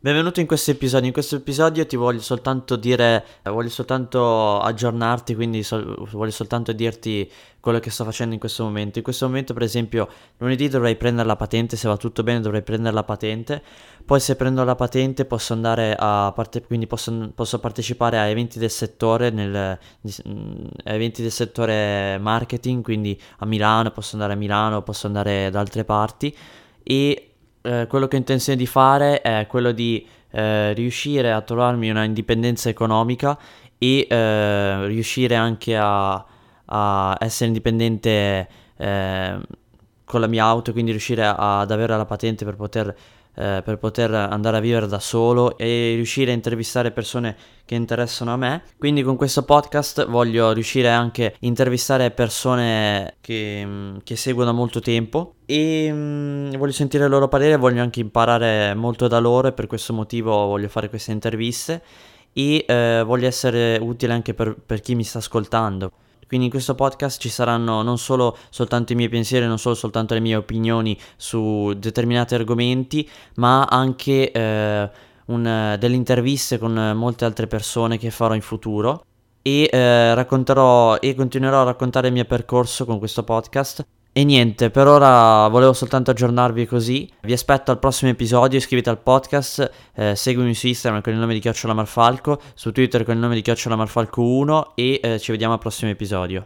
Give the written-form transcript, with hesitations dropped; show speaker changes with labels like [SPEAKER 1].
[SPEAKER 1] Benvenuto in questo episodio. In questo episodio ti voglio soltanto dire, voglio soltanto aggiornarti, quindi voglio soltanto dirti quello che sto facendo in questo momento. In questo momento, per esempio, lunedì dovrei prendere la patente, se va tutto bene dovrei prendere la patente. Poi se prendo la patente posso andare quindi posso partecipare a eventi del settore, eventi del settore marketing, quindi a Milano, posso andare a Milano, posso andare da altre parti e quello che ho intenzione di fare è quello di riuscire a trovarmi una indipendenza economica e riuscire anche a essere indipendente eh, con la mia auto, quindi riuscire ad avere la patente per poter andare a vivere da solo e riuscire a intervistare persone che interessano a me. Quindi con questo podcast voglio riuscire anche a intervistare persone che seguo da molto tempo e voglio sentire il loro parere, voglio anche imparare molto da loro e per questo motivo voglio fare queste interviste e voglio essere utile anche per chi mi sta ascoltando. Quindi in questo podcast ci saranno non solo soltanto i miei pensieri, non solo soltanto le mie opinioni su determinati argomenti, ma anche delle interviste con molte altre persone che farò in futuro e racconterò e continuerò a raccontare il mio percorso con questo podcast. E niente, per ora volevo soltanto aggiornarvi così. Vi aspetto al prossimo episodio, iscriviti al podcast, seguimi su Instagram con il nome di @marfalco, su Twitter con il nome di @marfalco1 e ci vediamo al prossimo episodio.